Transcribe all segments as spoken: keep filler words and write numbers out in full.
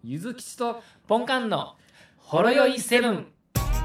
ゆずきちとポンカンのほろよいセブン。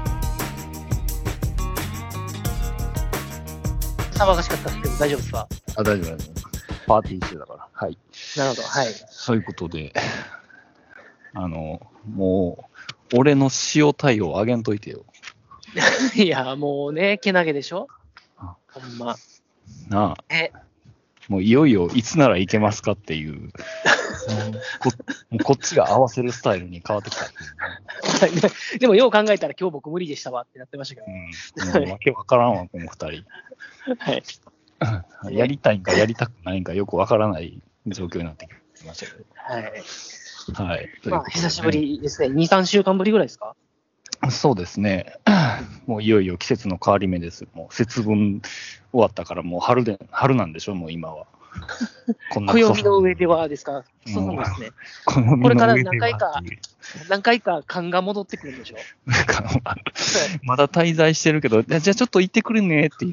騒がしかったですけど大丈夫ですか？ あ、大丈夫大丈夫。パーティー中だから。はい。 なるほど、はい。 そういうことで、あの、もう、俺の塩対応あげんといてよ。 いや、もうね、けなげでしょあほんま。 なあ。 え、 もういよいよいつならいけますかっていう、こもうこっちが合わせるスタイルに変わってきたっていうね。 でもよう考えたら今日僕無理でしたわってなってましたけど。 うん。もうわけわからんわ、この二人。 はい。 やりたいんかやりたくないんかよくわからない状況になってきましたけど。 はい。 はい。 まあ、久しぶりですね。に、さんしゅうかんぶりぐらいですか？ そうですね。もういよいよ季節の変わり目です。もう節分終わったからもう春で、春なんでしょ、もう今は。こんな暦の上ではですか？そうなんですね。これから何回か、何回か勘が戻ってくるんでしょう。 まだ滞在してるけど、じゃあちょっと行ってくるねって言って、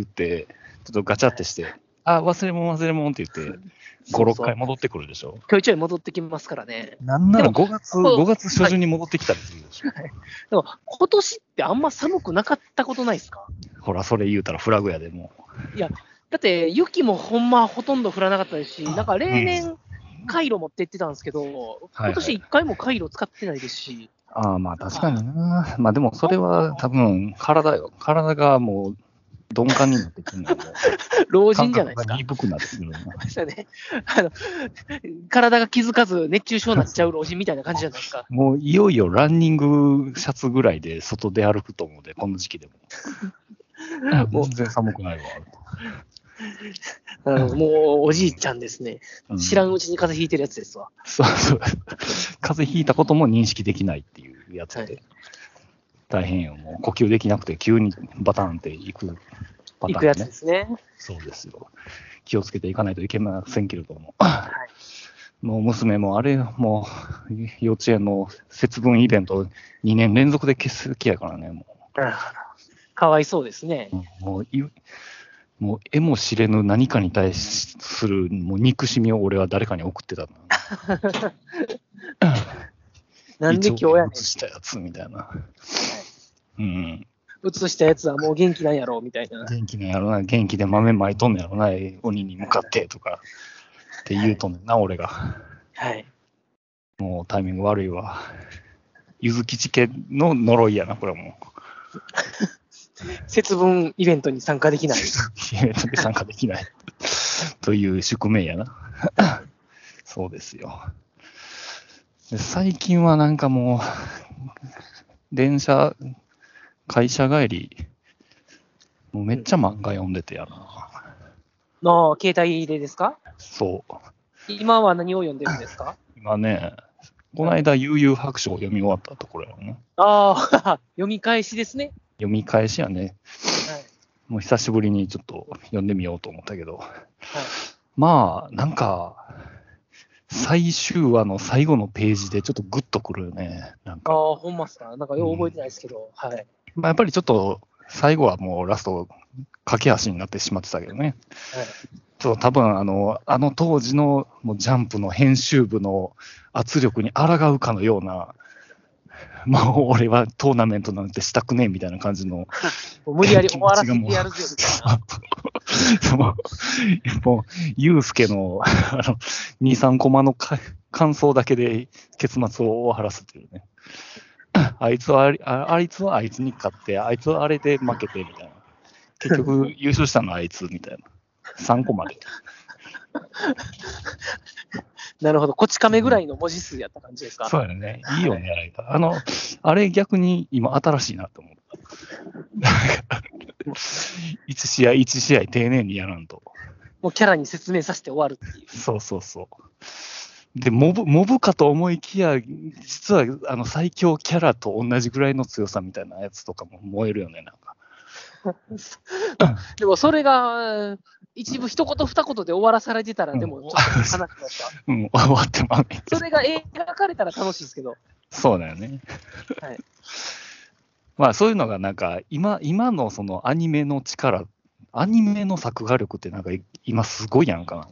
ちょっとガチャってして、あ、忘れ物忘れ物って言って、ご、ろっかい戻ってくるでしょ。 ちょいちょい戻ってきますからね。 なんならごがつ、ごがつ初旬に戻ってきたりするでしょ。 はい、でも、今年ってあんま寒くなかったことないですか？ ほら、それ言うたらフラグやでもう。いや、だって雪もほんまほとんど降らなかったですし、なんか例年、カイロ持って行ってたんですけど、うん、今年一回もカイロ使ってないですし。 ああ、まあ確かにな。まあでもそれは多分体よ。体がもう鈍感になってくるのも老人じゃないですか。 鈍くなってくるな。 ね、あの体が気づかず熱中症になっちゃう老人みたいな感じじゃないですか。 もういよいよランニングシャツぐらいで外で歩くと思うで、この時期でも。もう全然寒くないわ。 あのもうおじいちゃんですね、うん。知らんうちに風邪ひいてるやつですわ。 そうそう。風邪ひいたことも認識できないっていうやつで。はい、大変よ。もう呼吸できなくて急にバタンっていくパターン、ね。 いくやつですね。 そうですよ。気をつけていかないといけませんけれども。はい、もう娘もあれ、もう幼稚園の節分イベントにねん連続で欠席やからね、もう。 かわいそうですね。 もうもう絵も知れぬ何かに対するもう憎しみを俺は誰かに送ってたなんで今日やねん。 写したやつみたいな。うん。 写したやつはもう元気なんやろみたいな。 元気なんやろな、元気で豆まいとんのやろな、鬼に向かってとかって言うとんねんな、はい、俺が。 はい。もうタイミング悪いわ。ゆずきち家の呪いやな、これはもう。 節分イベントに参加できない。 イベントに参加できないという宿命やな。そうですよ。で最近はなんかもう、電車、会社帰り、もうめっちゃ漫画読んでてやな。 ああ、携帯でですか？ そう。 今は何を読んでるんですか？ 今ね、この間、悠々白書を読み終わったところやね。 ああ、読み返しですね。 読み返しやね。はい、もう久しぶりにちょっと読んでみようと思ったけど。はい、まあ、なんか、最終話の最後のページでちょっとグッとくるよね。なんかああ、ほんまっすか。なんかよう覚えてないですけど、うん、はい。 まあ、やっぱりちょっと、最後はもうラスト、駆け足になってしまってたけどね。はい、ちょっと多分あの、あの当時のもうジャンプの編集部の圧力に抗うかのような、もう俺はトーナメントなんてしたくねえみたいな感じの。 無理やり終わらせてやるぜみたいな。 もう、もうユースケのあのに、さんコマの感想だけで結末を終わらせてるね。あいつはあり、あ、あいつはあいつに勝って、あいつはあれで負けてみたいな。結局優勝したのはあいつみたいな。さんコマで。 なるほど。こち亀ぐらいの文字数やった感じですか？ そうやね。いいよね、あれが。あの、あれ逆に今新しいなと思った。一試合一試合丁寧にやらんと。 もうキャラに説明させて終わるっていう。 そうそうそう。で、モブ、モブかと思いきや、実はあの最強キャラと同じぐらいの強さみたいなやつとかも燃えるよね、なんか。 でもそれが、一部一言二言で終わらされてたら、うん、でもちょっと話だった。 うん、終わってまうね。 それが描かれたら楽しいですけど。 そうだよね。 はい。 まあそういうのがなんか、今、今のそのアニメの力、アニメの作画力ってなんか今すごいやんか、なんか。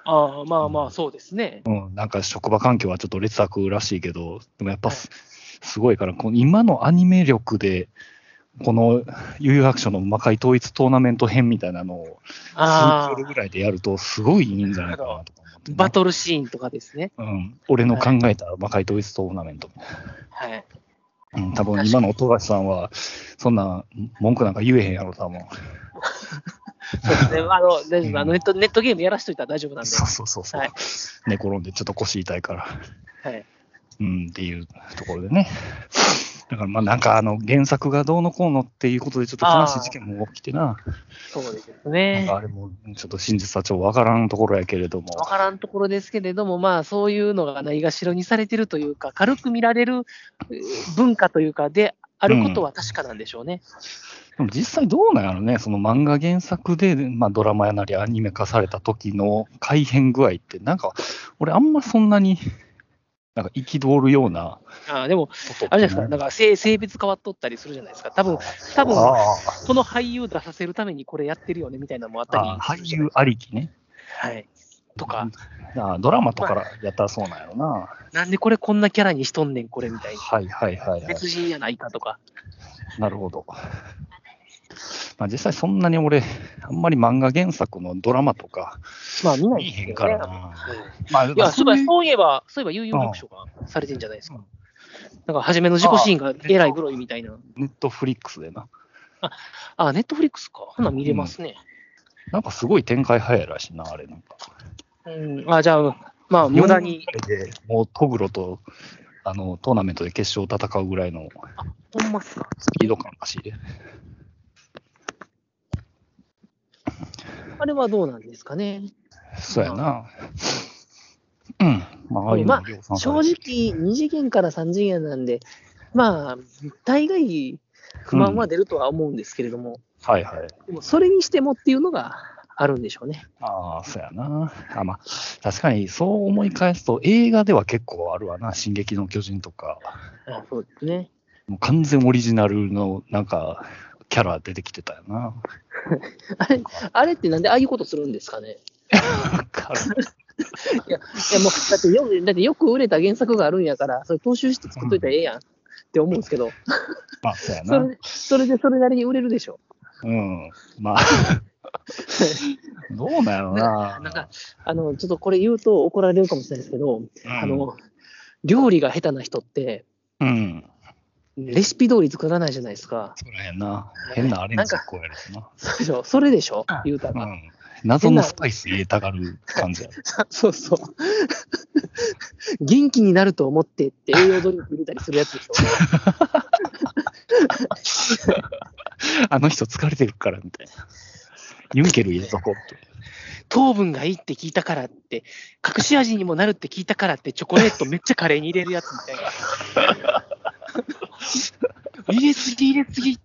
ああ、まあまあ、そうですね。 うん、なんか職場環境はちょっと劣悪らしいけど、でもやっぱはいす、すごいから、この今のアニメ力で、この悠々白書の魔界統一トーナメント編みたいなのを数クールぐらいでやると、すごいいいんじゃないかなとか思ってね、 バトルシーンとかですね。 うん、俺の考えた魔界統一トーナメント。 はい。 うん、多分今の富樫さんは、そんな文句なんか言えへんやろ、多分。 そうですね。あの、大丈夫あのネット、ネットゲームやらしといたら大丈夫なんで。 そうそうそうそう、 はい寝転んでちょっと腰痛いから。 はい。 うん、っていうところでね。だからまあなんかあの原作がどうのこうのっていうことでちょっと悲しい事件も起きてな。 そうですなんねか。あれもちょっと真実はちょっとわからんところやけれども。 わからんところですけれども、まあ、そういうのがないがしろにされてるというか、軽く見られるえー文化というか、であることは確かなんでしょうね。 でも実際どうなんやろね、その漫画原作で、まあ、ドラマやなりアニメ化された時の改変具合って、なんか俺あんまそんなになんか憤るようなあでも、 ことってあれじゃないですか、なんか性性別変わっとったりするじゃないですか。多分多分あこの俳優出させるためにこれやってるよねみたいなのもあったりあ俳するじゃない優ありきね。 はい。とか、 あドラマとかやったらそうなんやろな。 なんでこれこんなキャラにしとんねん、これみたいな。 はいはいはい、はい。 別人やないかとか。 なるほど。まあ、実際そんなに俺、あんまり漫画原作のドラマとかまあ見ない見えへんですよね。 からな。 うんまあ、 いや、そういえば、 そういうそういえば、そういえば、悠々白書がされてんじゃないですか。なんか、初めの自己シーンがえらいグロいみたいな。 ネットフリックスでな。 あ、ネットフリックスか。ほんなん見れますね。 なんかすごい展開早いらしいな、あれなんか。 うん。あ、じゃあ、まあ、無駄に。 よんわりでもうトグロとあのトーナメントで決勝を戦うぐらいのほんまっすか。 スピード感らしいで。 あれはどうなんですかね。 そうやな。うん。まあ、ああいうのまあを量産、さ正れて直、に次元からさん次元なんで、まあ、大概、不満は出るとは思うんですけれども、 はいはい。 でも、それにしてもっていうのがあるんでしょうね。 ああ、そうやな。あまあ、確かにそう思い返すと、映画では結構あるわな。進撃の巨人とか。 あそうですね。 もう完全オリジナルのなんか、キャラ出てきてたよな。 あれ、あれってなんでああいうことするんですかね。 わかるいや、いやもうだってよ、だってよく売れた原作があるんやから、それ踏襲して作っといたらええやんって思うんですけど、 まあ、そうやな。 それそれでそれなりに売れるでしょ。 うん。まあ、どうなんやろな。 なんか、あの、ちょっとこれ言うと怒られるかもしれないですけど、 うんあの、料理が下手な人って、 うん。 レシピ通り作らないじゃないですか。 そうなんやな。変なアレンジこうやるしな。 そうでしょ、それでしょ、言うたら。 うん。謎のスパイス入れたがる感じや。 そうそう。元気になると思ってって栄養ドリンク入れたりするやつでしょ。 あの人疲れてるからみたいな。ユンケル入れとこうって。 糖分がいいって聞いたからって、隠し味にもなるって聞いたからって、チョコレートめっちゃカレーに入れるやつみたいな。入れすぎ、入れすぎ。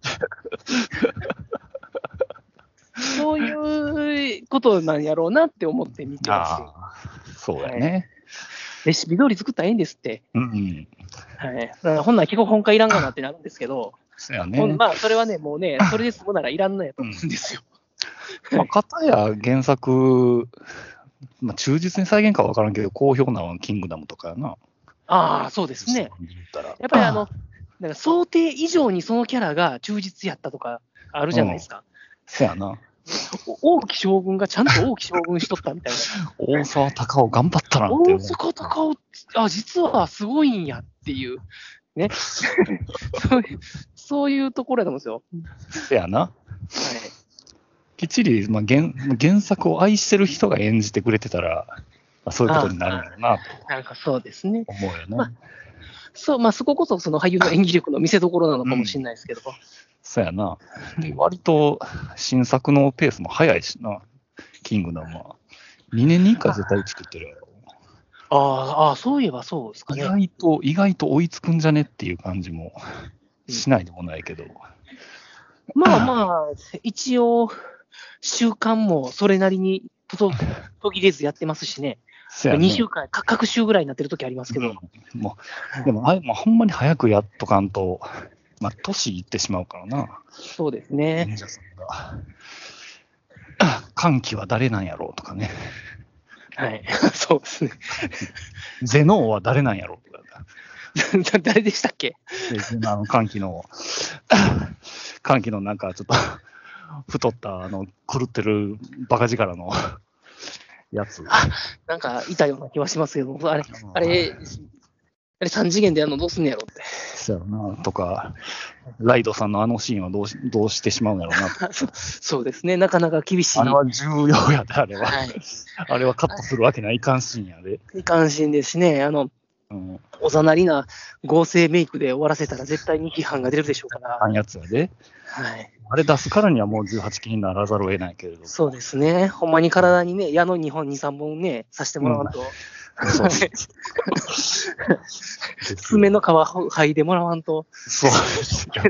そういうことなんやろうなって思って見てますよ。 ああ、そうやね。 レシピ通り作ったらいいんですって。 うんうん。 はい。だからほんなら結構本家いらんかなってなるんですけど、 そうやほんね。 まあ、それはね、もうね、それで済むならいらんのやと思うんですよ。 まあ、片や原作、まあ、忠実に再現かは分からんけど、好評なのはキングダムとかやな。 ああ、そうですね。 言ったら。 やっぱりあの、なんか想定以上にそのキャラが忠実やったとかあるじゃないですか。 そうやな。 お王毅将軍がちゃんと王毅将軍しとったみたいな。 大沢たかお頑張ったなって大阪高尾、あ、実はすごいんやっていう。ね。そういう、そういうところやと思うんですよ。 そうやな。 はい。 きっちり、まあ、原原作を愛してる人が演じてくれてたら、まあ、そういうことになるんだろうなとなんかそうですね。 思うよね。 まあそう、まあそここそその俳優の演技力の見せ所なのかもしれないですけど。 そうやな。で割と新作のペースも早いしな、キングダムは。にねんにいっかい絶対作ってるやろ。 ああ、ああ、そういえばそうですか意ね。 外と、意外と追いつくんじゃねっていう感じもしないでもないけど。 まあまあ、一応、習慣もそれなりにと途切れずやってますしね。 そうやねにしゅうかん、か各週ぐらいになってる時ありますけど。 うんもうでもあれ、まあ、ほんまに早くやっとかんと、まあ、年いってしまうからな、 そうですね。 忍者さんが。歓喜は誰なんやろうとかね。 はい。そうですね。 ゼノーは誰なんやろとか。 誰でしたっけ？ であの歓喜の、歓喜のなんかちょっと太った、あの、狂ってるバカ力のやつ。 あ、なんかいたような気はしますけど、あれ、あれ、あれさん次元でやるのどうすんのやろって。 そうやろな、とか、ライドさんのあのシーンはどうしどうしてしまうんやろうなと。 そそうですね、なかなか厳しい。 あれは重要やで、あれは。 はい、 あれはカットするわけにはいかんシーンやで。 いかんしんですしね、あの、うん、おざなりな合成メイクで終わらせたら絶対に批判が出るでしょうから。 あんやつやで。 はい。 あれ出すからにはもうじゅうはちきにならざるを得ないけれど。 そうですね。ほんまに体にね、矢のにほん、に、さんぼんね、刺してもらわんと。うん、そう爪の皮剥いでもらわんと。 そうですよ。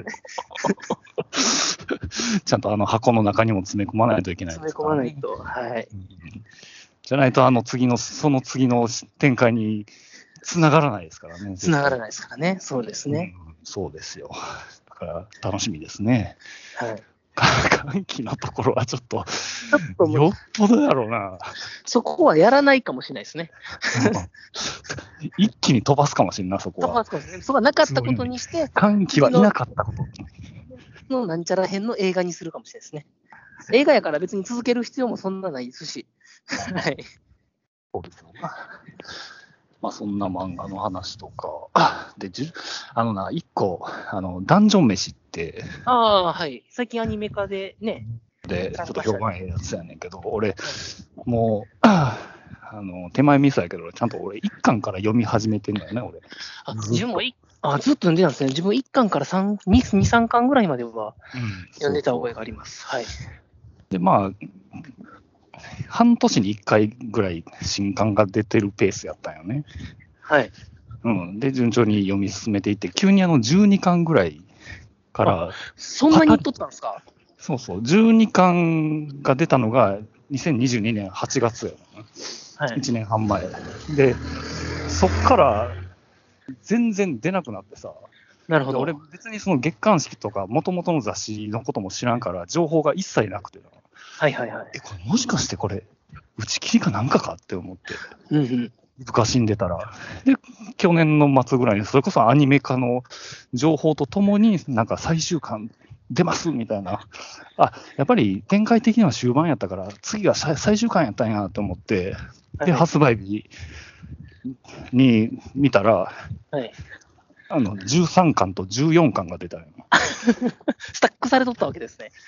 ちゃんとあの箱の中にも詰め込まないといけないですから、ね。 詰め込まないと。はい。 うん、じゃないと、あの次の、その次の展開につながらないですからね。 つながらないですからね。そうですね。 うん、そうですよ。だから楽しみですね。 はい。 歓喜のところはちょっと、ちょっとよっぽどだろうな。 そこはやらないかもしれないですね。 一気に飛ばすかもしれんな、そこは。 飛ばすかもしれない。そこがなかったことにして、 歓喜はいなかったことのなんちゃら編の映画にするかもしれないですね。映画やから別に続ける必要もそんなないですし。はい。 そうですよ。まあそんな漫画の話とか。で、じあのな、一個、あの、ダンジョン飯って。 ああ、はい。最近アニメ化でね。 で、ちょっと評判ええやつやねんけど、俺、もう、あの、手前ミスやけど、ちゃんと俺、一巻から読み始めてんだよね、俺。 あ、自分もいあずっと読んでたんですね。自分一巻から三二二三巻ぐらいまでは読んでた覚えがあります。はい。 で、まあ、半年にいっかいぐらい新刊が出てるペースやったんよね。 はい。 うん。で、順調に読み進めていって、急にあのじゅうにかんぐらいから。 そんなに取ったんですか？ そうそう。じゅうにかんが出たのがにせんにじゅうにねんはちがつやな、はい。いちねんはんまえ。で、そっから全然出なくなってさ。 なるほど。 俺別にその月刊誌とか元々の雑誌のことも知らんから情報が一切なくてな。 はいはいはい。 え、これもしかしてこれ打ち切りかなんかかって思って、うんうん、昔んでたら、で去年の末ぐらいにそれこそアニメ化の情報とともになんか最終巻出ますみたいな、あ、やっぱり展開的には終盤やったから次が最終巻やったんやと思って、で、はい、発売日に見たら、はい、あのじゅうさんかんとじゅうよんかんが出たよ。 スタックされとったわけですね。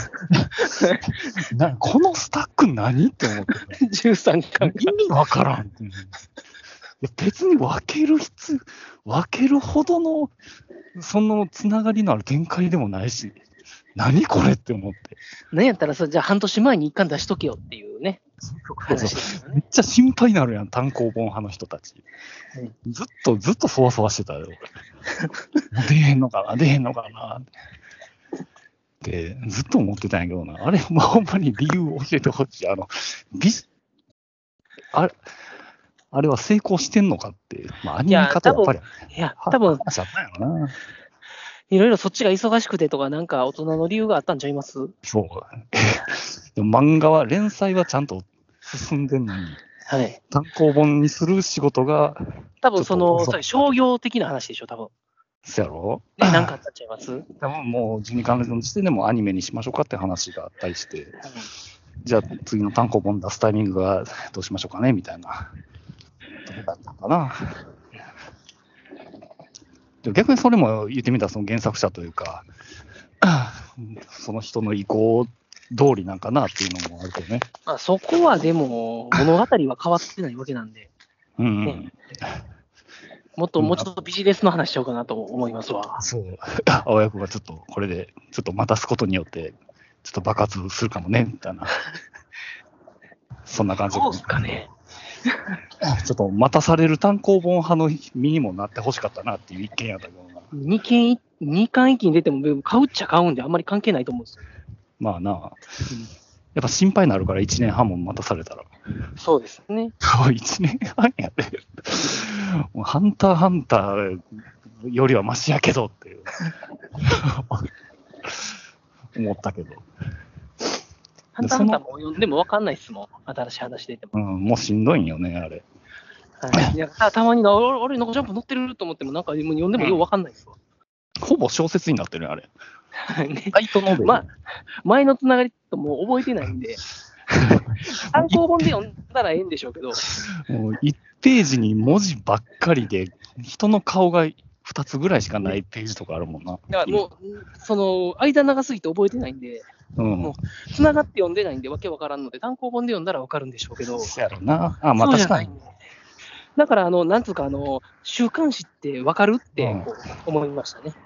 なこのスタック何って思って、 じゅうさんかん意味わからんって。いや別に分ける必要、分けるほどのそのつながりのある展開でもないし、何これって思って。 何やったらさ、じゃあ半年前に一巻出しとけよっていうね。 そうそう、めっちゃ心配になるやん、単行本派の人たち。はい、ずっと、ずっとそわそわしてたよ。出へんのかな、出へんのかなって、ずっと思ってたんやけどな。あれ、まあ、ほんまに理由を教えてほしい。あの、ビあれ、あれは成功してんのかって、まあ、アニメ化とやっぱり、 いや、多分、 話あったんやろな。 いろいろそっちが忙しくてとか、なんか大人の理由があったんちゃいます？ そう。でも漫画は、連載はちゃんと進んでんのに、はい、単行本にする仕事が。 多分その、商業的な話でしょ、多分。 そうやろ？ ね、なんかあったんちゃいます？ 多分もう、じゅうにかんの時点でもアニメにしましょうかって話があったりして、うん、じゃあ次の単行本出すタイミングがどうしましょうかねみたいなとこだったのかな。逆にそれも言ってみたらその原作者というか、その人の意向通りなんかなっていうのもあるけどね。 まあ、そこはでも物語は変わってないわけなんで、 うんうんね、もっともうちょっとビジネスの話しようかなと思いますわ。 そう、青役がちょっとこれでちょっと待たすことによってちょっと爆発するかもねみたいな、そんな感じで。 そうですかね。 ちょっと待たされる単行本派の身にもなってほしかったなっていう一件やったけどな。 にけん、にかん一気に出ても買うっちゃ買うんであんまり関係ないと思うんですよ。 まあなあ、うん、やっぱ心配になるからいちねんはんも待たされたら。 そうですね。 いちねんはんやで。もうハンターハンターよりはマシやけどっていう思ったけど。 ハンターハンターも読んでも分かんないっすもん。新しい話出ても。 うん、もうしんどいんよね、あれ。 はい、いやたたまにな、俺、俺のジャンプ載ってると思っても、なんかもう読んでもよう分かんないっすわ。 ほぼ小説になってるよ、あれ。 ね、 ライトノベル。 まあ、前のつながりともう覚えてないんで、単行本で読んだらええんでしょうけど。 もういちページに文字ばっかりで、人の顔がふたつぐらいしかないページとかあるもんな。 だからもう、その、間長すぎて覚えてないんで、 うん、 もう、つながって読んでないんで、わけわからんので、単行本で読んだらわかるんでしょうけど。 そうやろな。あ、まあ確かに。 だから、あの、なんつうか、あの、週刊誌ってわかるってこう思いましたね。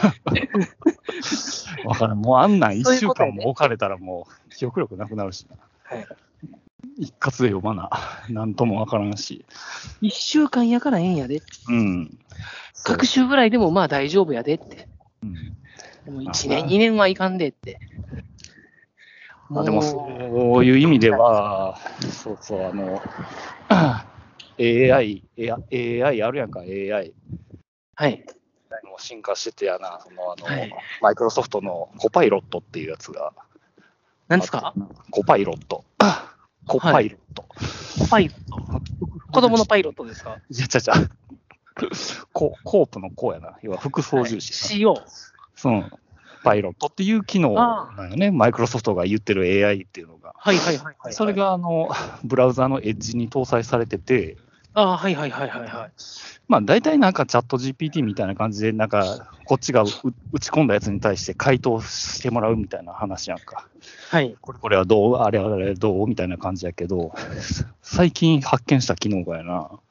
わかる。もうあんなんいっしゅうかんも置かれたらもう記憶力なくなるしな。 はい、 一括で読まな。なんともわからんし。 いっしゅうかんやからええんやで。 うん。 各週ぐらいでもまあ大丈夫やでって。 うん、 でもいちねん、にねんはいかんでって。 まあ、でもそういう意味では、そうそう、あの、エーアイ、エーアイ あるやんか、エーアイ。 はい。 進化しててやな、そのあの、 はい、 マイクロソフトのコパイロットっていうやつが。 何ですか？ コパイロット。コパイロット。 コパイロット。子供のパイロットですか？ いや、ちゃちゃ。コープのコーやな。要は副操縦士、 はい。シーオー。 そう。パイロットっていう機能なんよね。マイクロソフトが言ってる エーアイ っていうのが。 はいはいはい、はい。 それがあの、ブラウザのエッジに搭載されてて、 ああ、はいはいはいはいはい。 まあ大体なんかチャット ジーピーティー みたいな感じで、なんかこっちが打ち込んだやつに対して回答してもらうみたいな話やんか。 はい。 これこれはどうあれあれどうみたいな感じやけど、最近発見した機能がやな。はい、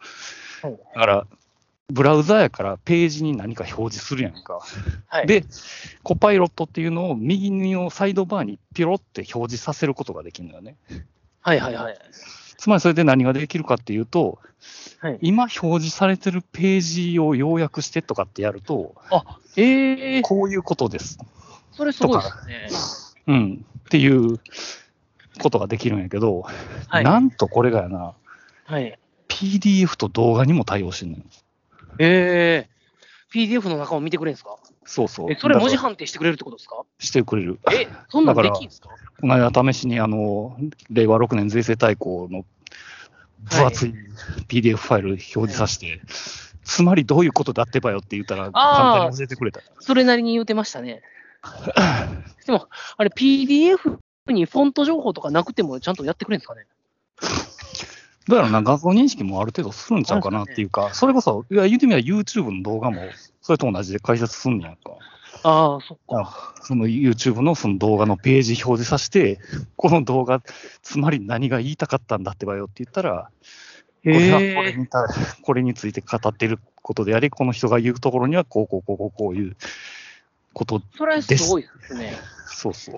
だから、ブラウザやからページに何か表示するやんか。はい、で、コパイロットっていうのを右のサイドバーにピロって表示させることができるんだよね。 はいはいはい。 つまりそれで何ができるかっていうと、 はい、 今表示されてるページを要約してとかってやると、 あ、えー、 こういうことです。 それすごいですね。 うん。っていうことができるんやけど、はい、なんとこれがやな、はい、ピーディーエフ と動画にも対応してんのよ。 えー、ピーディーエフ の中を見てくれるんですか？ そうそう。 え、それ文字判定してくれるってことですか？ してくれる。 え、そんなんできんですか？ この間試しに、あの、れいわろくねん税制大綱の分厚い ピーディーエフ ファイル表示させて、はい、つまりどういうことだってばよって言ったら、簡単に教えてくれた。 それなりに言うてましたね。でも、あれ ピーディーエフ にフォント情報とかなくてもちゃんとやってくれるんですかね？ どうやろな、画像認識もある程度するんちゃうかなっていうか、それこそ、いや言うてみれば YouTube の動画も、それと同じで解説すんねやんか。 ああ、そっか。 その YouTube のその動画のページ表示させて、この動画、つまり何が言いたかったんだってばよって言ったら、これはこれにたこれについて語っていることであり、この人が言うところには、こうこうこうこうこういうことです。 それすごいですね。 そうそう。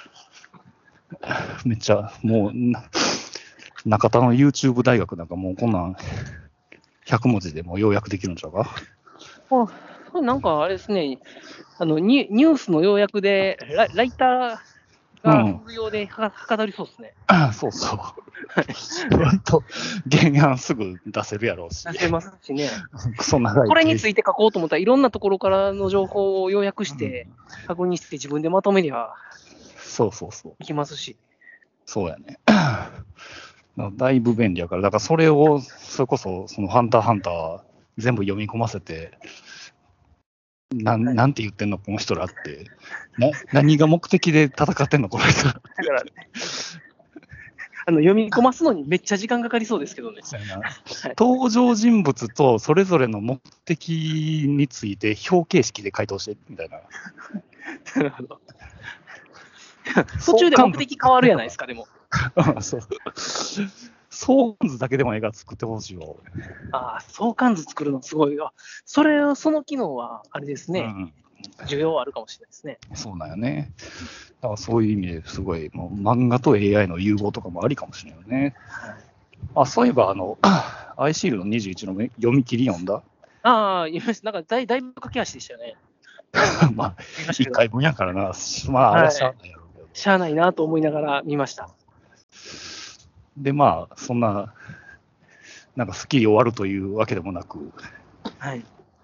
めっちゃ、もう、中田の YouTube 大学なんかもうこんなんひゃくもじでも要約できるんちゃうか？ あ、なんかあれですね、あの ニ, ニュースの要約でラ、ライターが無料ではかどりそうですね。 うん、そうそう。割と原案すぐ出せるやろうし。 出せますしね。 そんなこれについて書こうと思ったらいろんなところからの情報を要約して確認して自分でまとめりゃ、 そうそうそう。 いきますし。 そうやね。だいぶ便利やから、だからそれを、それこそ、そのハンターハンター全部読み込ませて、な ん, なんて言ってんの、この人らって。な何が目的で戦ってんの、この人ら。だからあの読み込ますのにめっちゃ時間かかりそうですけどね。 はい、登場人物とそれぞれの目的について表形式で回答してみたいな。 なるほど。途中で目的変わるやないですか、でも。 そう。相関図だけでも絵が作ってほしいわ。 ああ、相関図作るのすごいわ。それ、その機能は、あれですね、うん、需要あるかもしれないですね。 そうだよね。だからそういう意味ですごい、もう漫画と エーアイ の融合とかもありかもしれないよね。あ、そういえば、あの、アイシールドにじゅういちの読み切り読んだ？ ああ、読みました。なんかだい、だいぶ駆け足でしたよね。 まあ、いっかいぶんやからな。まあ、あれはしゃあないやろうけど、はい。 しゃあないなと思いながら見ました。 で、まあ、そんな、なんかスッキリ終わるというわけでもなく、 はい。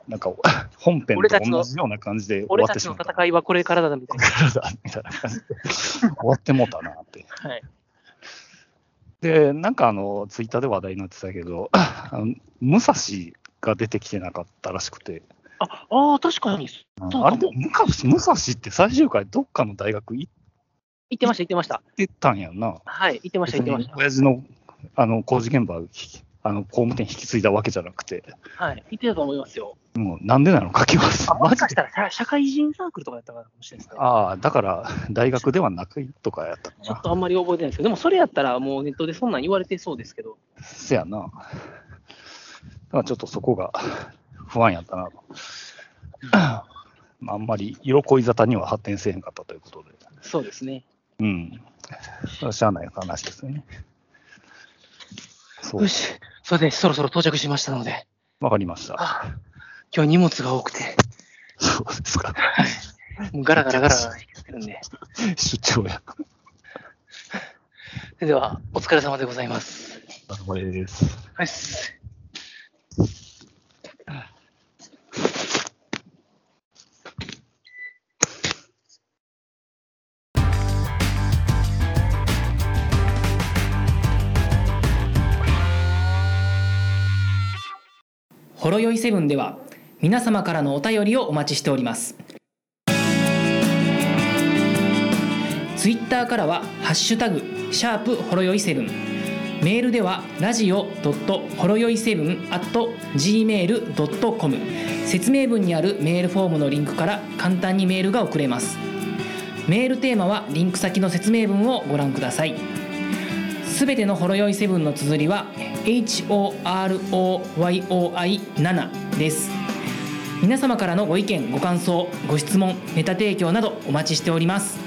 なんか本編と同じような感じで終俺たちのわってしまった。 戦いはこれからだみたいな。 だみたいな感じで終わってもうたなって。 はい。 で、なんかあの、ツイッターで話題になってたけど、あの武蔵が出てきてなかったらしくて。 ああ、確かに。 あれでも、武蔵って最終回どっかの大学行行ってました、行ってました。 ってたんやんな。 はい、行ってました、行ってました。 親父の、あの、工事現場、あの、工務店引き継いだわけじゃなくて。 はい、行ってたと思いますよ。 もう、なんでなのかきます。 あ、もしかしたら社会人サークルとかやったかもしれないですね。 ああ、だから、大学ではなくとかやったかな。 ちょっとあんまり覚えてないですけど、でもそれやったらもうネットでそんなん言われてそうですけど。 せやな。だからちょっとそこが不安やったなと。あんまり色恋沙汰には発展せえへんかったということで。 そうですね。 うん。しゃあない話ですね。そう。 よし、それでそろそろ到着しましたので。 わかりました。 今日荷物が多くて。 そうですか。 もうガラガラガラガラ引きつけるんで。 出張や。 では、お疲れ様でございます。 お疲れ様です。 はい。 ほろよいセブンでは皆様からのお便りをお待ちしております。ツイッターからはハッシュタグシャープほろよいセブン、メールではラジオドットほろよいセブンアットジーメールドットコム、説明文にあるメールフォームのリンクから簡単にメールが送れます。メールテーマはリンク先の説明文をご覧ください。すべてのほろよいセブンの綴りは エイチオーアールオーワイオーアイセブン です。皆様からのご意見、ご感想、ご質問、ネタ提供などお待ちしております。